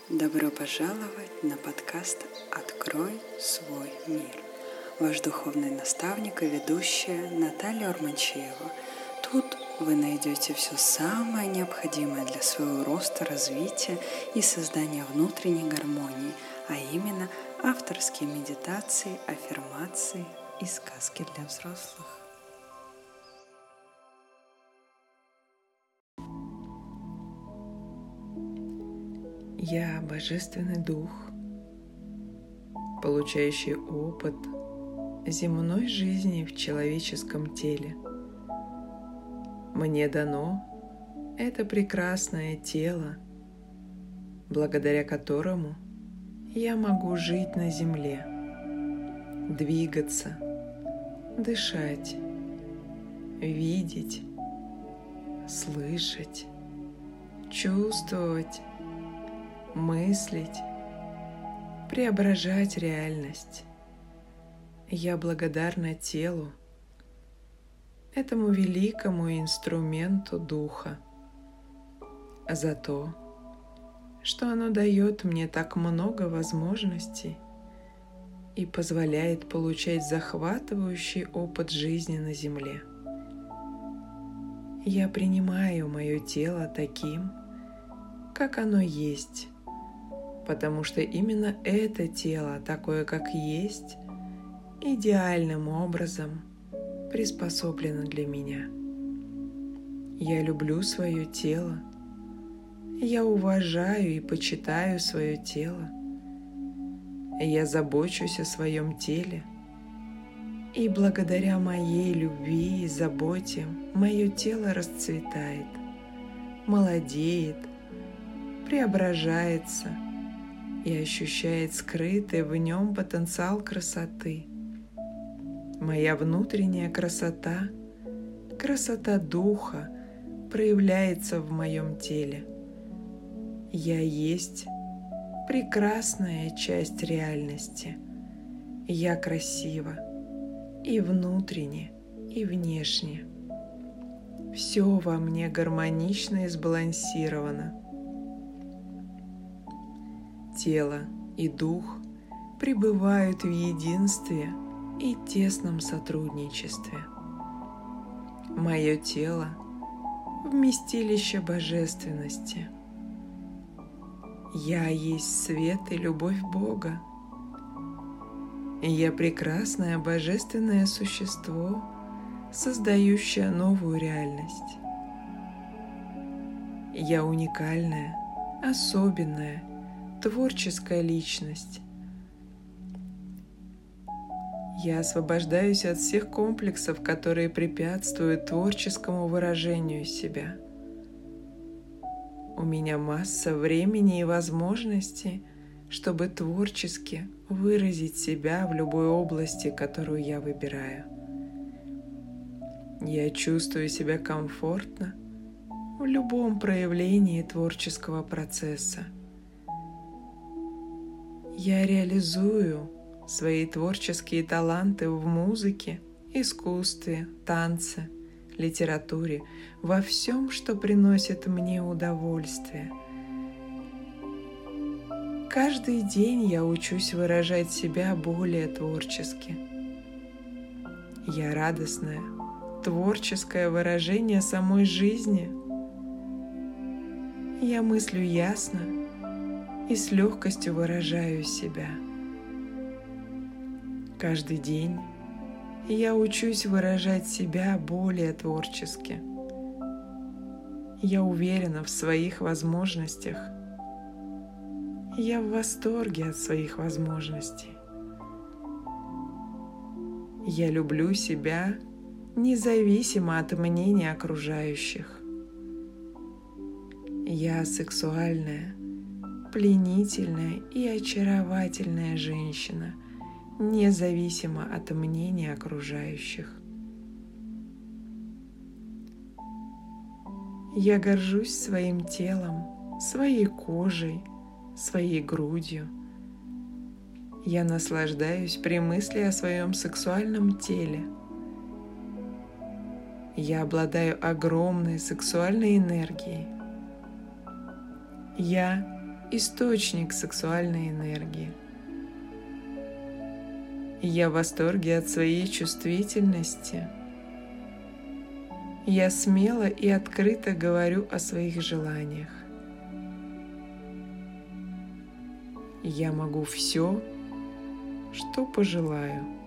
Добро пожаловать на подкаст «Открой свой мир». Ваш духовный наставник и ведущая Наталья Урманчиева. Тут вы найдете все самое необходимое для своего роста, развития и создания внутренней гармонии, а именно авторские медитации, аффирмации и сказки для взрослых. Я Божественный Дух, получающий опыт земной жизни в человеческом теле. Мне дано это прекрасное тело, благодаря которому я могу жить на земле, двигаться, дышать, видеть, слышать, чувствовать, мыслить, преображать реальность. Я благодарна телу, этому великому инструменту Духа, за то, что оно дает мне так много возможностей и позволяет получать захватывающий опыт жизни на Земле. Я принимаю мое тело таким, как оно есть, потому что именно это тело, такое как есть, идеальным образом приспособлено для меня. Я люблю свое тело, я уважаю и почитаю свое тело, я забочусь о своем теле, и благодаря моей любви и заботе мое тело расцветает, молодеет, преображается и ощущает скрытый в нем потенциал красоты. Моя внутренняя красота, красота Духа проявляется в моем теле. Я есть прекрасная часть реальности. Я красива и внутренне, и внешне. Все во мне гармонично и сбалансировано. Тело и дух пребывают в единстве и тесном сотрудничестве. Мое тело – вместилище божественности. Я есть свет и любовь Бога. Я прекрасное божественное существо, создающее новую реальность. Я уникальная, особенная, творческая личность. Я освобождаюсь от всех комплексов, которые препятствуют творческому выражению себя. У меня масса времени и возможностей, чтобы творчески выразить себя в любой области, которую я выбираю. Я чувствую себя комфортно в любом проявлении творческого процесса. Я реализую свои творческие таланты в музыке, искусстве, танце, литературе, во всем, что приносит мне удовольствие. Каждый день я учусь выражать себя более творчески. Я радостное, творческое выражение самой жизни. Я мыслю ясно и с легкостью выражаю себя. Каждый день я учусь выражать себя более творчески. Я уверена в своих возможностях. Я в восторге от своих возможностей. Я люблю себя независимо от мнения окружающих. Я сексуальная, пленительная и очаровательная женщина, независимо от мнения окружающих. Я горжусь своим телом, своей кожей, своей грудью. Я наслаждаюсь при мысли о своем сексуальном теле. Я обладаю огромной сексуальной энергией. Я источник сексуальной энергии. Я в восторге от своей чувствительности. Я смело и открыто говорю о своих желаниях. Я могу все, что пожелаю.